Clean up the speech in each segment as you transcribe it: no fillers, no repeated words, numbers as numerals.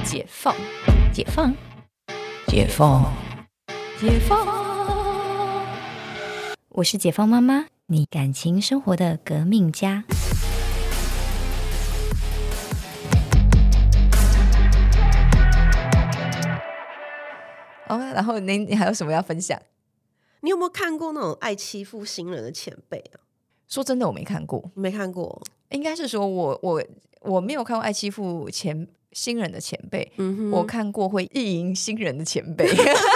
解放，解放，解放，解放。我是解放妈妈，你感情生活的革命家。然后你还有什么要分享？ 你有没有看过那种爱欺负新人的前辈啊？ 说真的，我没看过。 没看过？ 应该是说我没有看过爱欺负新人的前辈，我看过会意淫新人的前辈。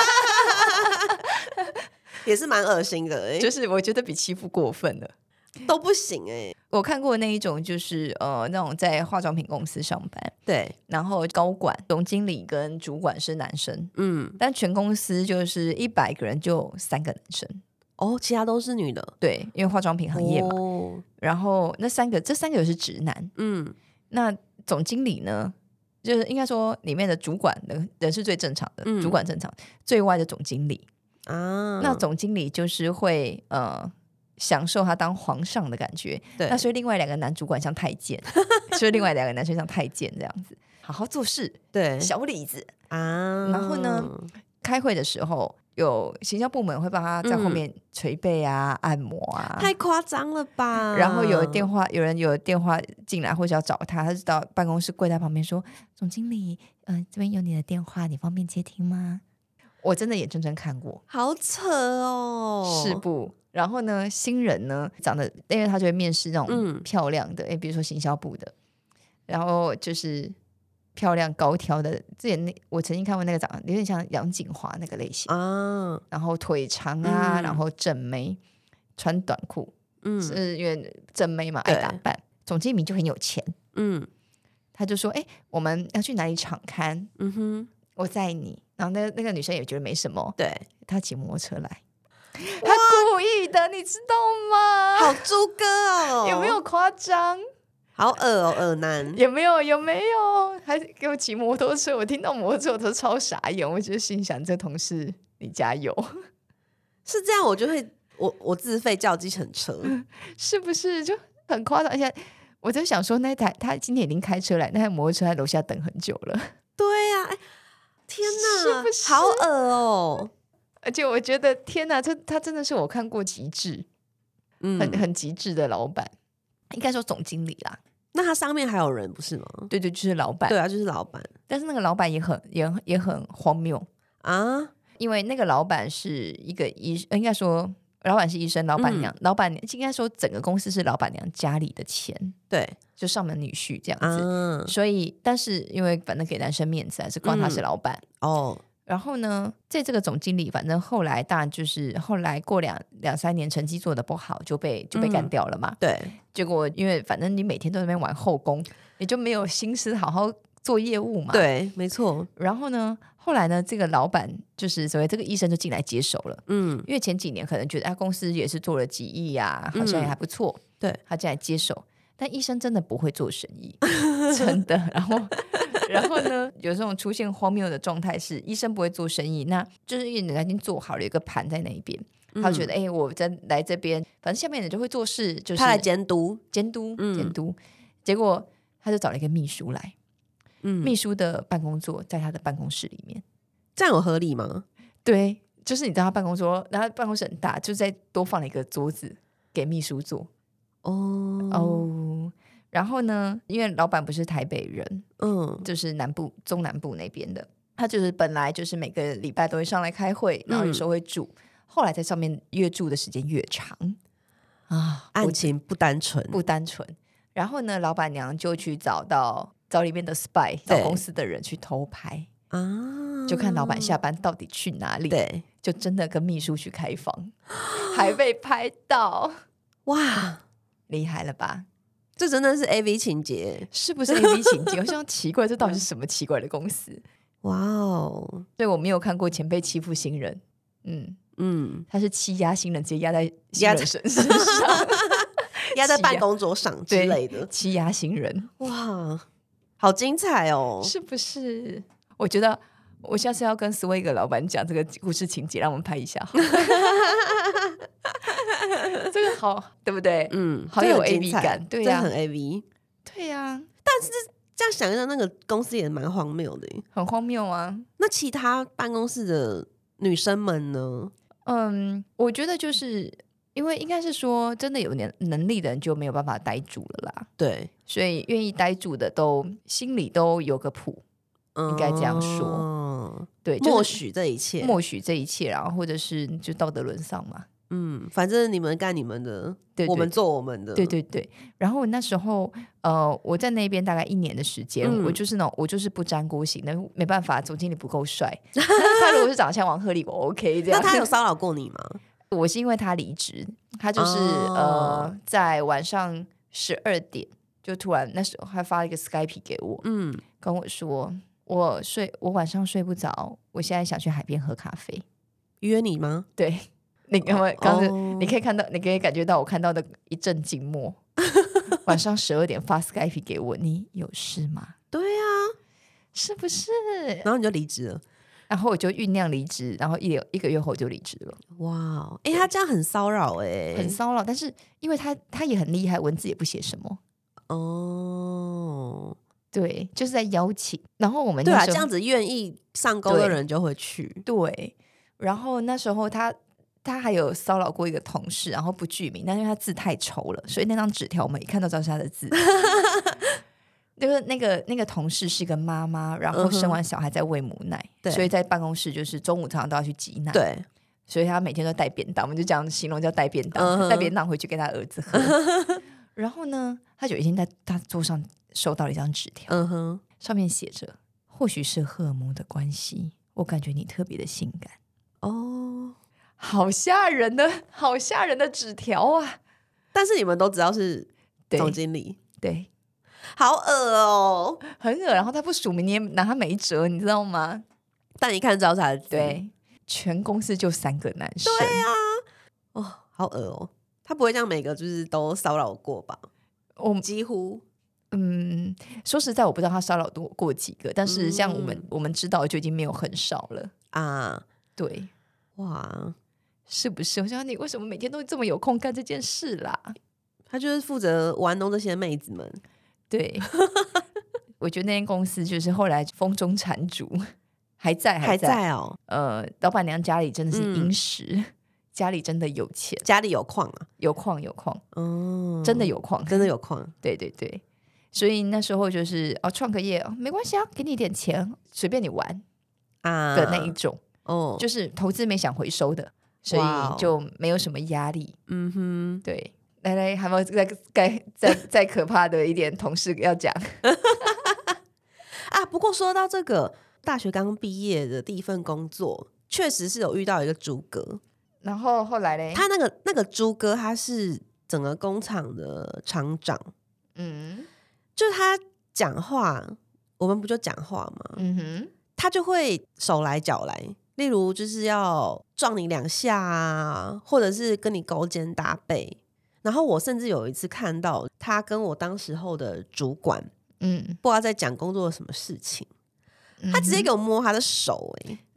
也是蛮恶心的就是我觉得比欺负过分了， 都不行我看过那一种就是那种在化妆品公司上班， 对， 然后高管总经理跟主管是男生，但全公司就是100个人就3个男生其他都是女的。 对，因为化妆品行业嘛，然后这3个是直男，那总经理呢就是应该说里面的主管的人是最正常的，主管正常，最外的总经理那总经理就是会享受他当皇上的感觉，那所以另外2个男主管像太监，所以另外2个男生像太监这样子，好好做事， 对， 小李子然后呢，开会的时候有行销部门会帮他在后面捶背啊、按摩啊， 太夸张了吧？ 然后有人有电话进来或者要找他，他就到办公室跪在旁边说：“总经理，这边有你的电话，你方便接听吗？”我真的眼睁睁看过， 好扯哦， 是不？然后呢，新人呢长得，因为他就会面试那种漂亮的，比如说行销部的，然后就是漂亮高挑的。之前我曾经看过那个长得有点像杨锦华那个类型然后腿长啊，然后正妹，穿短裤，是因为正妹嘛，爱打扮。总经理就很有钱，他就说：“我们要去哪里场勘？我载你。”然后那个女生也觉得没什么， 对， 她骑摩托车来，她故意的，你知道吗？ 好猪哥哦， 有没有夸张？ 好恶恶男， 有没有？还给我骑摩托车，我听到摩托车我都超傻眼，我就心想：这同事你加油！ 是这样，我就会我自费叫计程车， 是不是就很夸张？而且我在想说，他今天已经开车来，那台摩托车在楼下等很久了。 对呀，天哪， 是不是好恶哦！ 而且我觉得天哪，他真的是我看过极致，很极致的老板，应该说总经理啦。 那他上面还有人不是吗？ 对，就是老板。 对啊，就是老板。 但是那个老板也很荒谬啊， 因为那个老板是一个应该说老板是医生，老板娘，老板应该说整个公司是老板娘家里的钱， 对， 就上门女婿这样子。所以，但是因为反正给男生面子，还是光他是老板然后呢，在这个总经理，反正后来当然就是后来过两三年成绩做得不好，就被干掉了嘛。 对， 结果因为反正你每天都在那边玩后宫，你就没有心思好好做业务嘛。 对，没错。 然后呢，后来呢，这个老板就是所谓这个医生就进来接手了。因为前几年可能觉得公司也是做了几亿啊，好像也还不错。 对， 他进来接手，但医生真的不会做生意，真的。然后呢，有这种出现荒谬的状态是，医生不会做生意，那就是因为人家已经做好了一个盘在那一边，他觉得我来这边，反正下面人就会做事，就是他来监督， 结果他就找了一个秘书来，秘书的办公桌在他的办公室里面， 这样有合理吗？ 对，就是你知道他办公桌，然后他办公室很大，就再多放了一个桌子给秘书坐。然后呢，因为老板不是台北人，就是中南部那边的，他就是本来就是每个礼拜都会上来开会，然后有时候会住，后来在上面越住的时间越长案情不单纯。 然后呢，老板娘就去找里面的 spy， 找公司的人去偷拍就看老板下班到底去哪里， 对， 就真的跟秘书去开房，还被拍到， 哇， 厉害了吧？ 这真的是 AV 情节， 是不是 AV 情节？我想奇怪，这到底是什么奇怪的公司？ 哇哦！ 所以我没有看过前辈欺负新人，他是欺压新人，直接压在新人身上， 压在办公桌上之类的， 欺压新人。 哇，好精彩哦！ 是不是？我觉得我下次要跟Swag老板讲这个故事情节，让我们拍一下。这个好，对不对？ 嗯， 好有 AV 感，对呀， 很 AV， 对呀。 但是这样想一下，那个公司也蛮荒谬的耶， 很荒谬啊。 那其他办公室的女生们呢？ 我觉得就是因为应该是说，真的有能力的人就没有办法待住了啦。 对， 所以愿意待住的都心里都有个谱，应该这样说。对， 默许这一切， 默许这一切，然后或者是就道德沦丧嘛。 反正你们干你们的， 对， 我们做我们的。 对对对。然后那时候我在那边大概1年的时间，我就是那种我就是不沾锅型的，没办法，总经理不够帅。他如果是长得像王鹤棣，我 OK 这样。 那他有骚扰过你吗？ 我是因为他离职，他就是、在晚上12点就突然那时候他发了一个 Skype 给我，跟我说我晚上睡不着，我现在想去海边喝咖啡。 约你吗？ 对。你你可以看到，你可以感觉到我看到的一阵静默。晚上12点发 Skype 给我，你有事吗？ 对啊， 是不是？ 然后你就离职了， 然后我就酝酿离职，然后一个月后就离职了。 哇，他这样很骚扰很骚扰。但是因为他也很厉害，文字也不写什么。对，就是在邀请。然后我们对啊，这样子愿意上钩的人就会去。 对，然后那时候他还有骚扰过一个同事，然后不具名，但因为他字太丑了，所以那张纸条我们一看都知道是他的字。就是那个同事是一个妈妈，然后生完小孩在喂母奶，所以在办公室就是中午常常都要去挤奶。 对， 所以他每天都带便当，我们就这样形容叫带便当，带便当回去给他儿子喝。然后呢，他就已经在他桌上收到了一张纸条，上面写着：或许是荷尔蒙的关系，我感觉你特别的性感。好吓人的纸条啊！ 但是你们都知道是总经理， 对， 好恶哦， 很恶。然后他不署名，你也拿他没辙，你知道吗？ 但一看知道是他的字。 对，全公司就3个男生。 对啊，好恶哦。他不会这样每个就是都骚扰过吧？我们几乎。 说实在，我不知道他骚扰过几个，但是像我们知道就已经没有很少了啊。对，哇。是不是？我想你为什么每天都这么有空干这件事啦？ 他就是负责玩弄这些妹子们。 对，我觉得那间公司就是后来风中残烛，还在哦。 老板娘家里真的是殷实，家里真的有钱， 家里有矿啊， 有矿，真的有矿， 真的有矿。 对对对，所以那时候就是创个业没关系啊，给你点钱，随便你玩的那一种。就是投资没想回收的。所以就没有什么压力。对，来，还有再可怕的一点同事要讲啊。不过说到这个，大学刚毕业的第一份工作，确实是有遇到一个猪哥。 然后后来嘞， 他那个猪哥，他是整个工厂的厂长。就是他讲话，我们不就讲话吗？他就会手来脚来。例如就是要撞你2下啊，或者是跟你勾肩搭背。然后我甚至有一次看到他跟我当时候的主管，不知道在讲工作的什么事情，他直接给我摸他的手。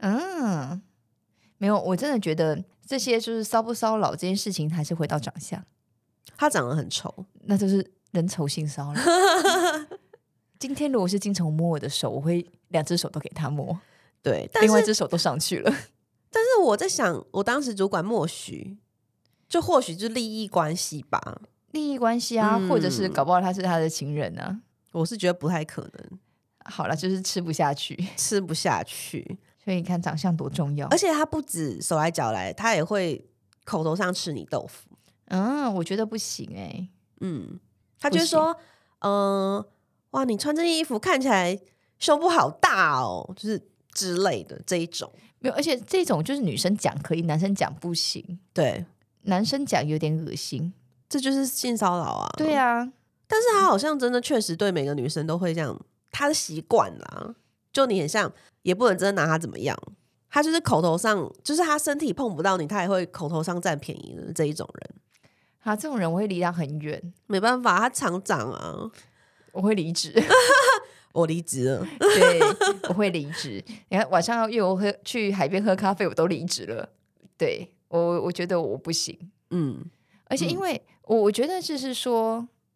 没有，我真的觉得这些就是骚不骚扰这件事情还是回到长相。 他长得很丑， 那就是人丑性骚扰。今天如果是金城摸我的手，我会2只手都给他摸。 对， 另外1只手都上去了。 但是我在想，我当时主管默许，就或许就是利益关系吧， 利益关系啊，或者是搞不好他是他的情人啊。 我是觉得不太可能。 好了，就是吃不下去。所以你看长相多重要。 而且他不止手来脚来，他也会口头上吃你豆腐。 我觉得不行他就会说哇，你穿这件衣服看起来胸部好大哦，就是之类的这一种。 没有，而且这种就是女生讲可以，男生讲不行。 对， 男生讲有点恶心， 这就是性骚扰啊。 对啊， 但是他好像真的确实对每个女生都会这样，他的习惯啦。就你很像，也不能真的拿他怎么样。他就是口头上，就是他身体碰不到你，他也会口头上占便宜的这一种人。 这种人我会离他很远， 没办法，他厂长啊， 我会离职。 我离职了。 对，我会离职。你看晚上要约我去海边喝咖啡，我都离职了。对，我觉得我不行。而且因为我觉得就是说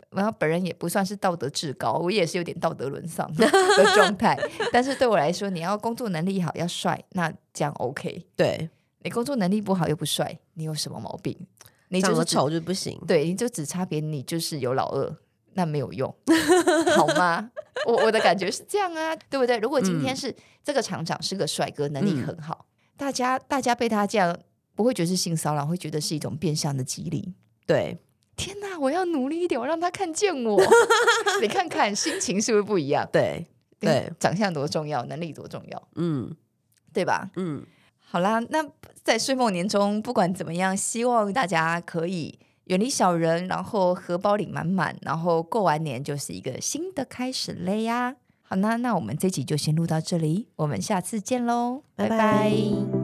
然后本人也不算是道德至高，我也是有点道德沦丧的状态但是对我来说，你要工作能力好要帅，那这样 OK。 对， 你工作能力不好又不帅，你有什么毛病？你长得丑就不行。 对，你就只差别你就是有老二，那没有用好吗？我的感觉是这样啊，对不对？如果今天是这个厂长是个帅哥，能力很好，大家被他这样不会觉得是性骚扰，会觉得是一种变相的激励。 对， 天哪，我要努力一点，我让他看见我你看看心情是不是不一样？ 对对， 长相多重要，能力多重要，对吧？好啦，那在岁末年终不管怎么样，希望大家可以远离小人，然后荷包领满满，然后过完年就是一个新的开始了呀。好，那我们这集就先录到这里，我们下次见咯，拜拜。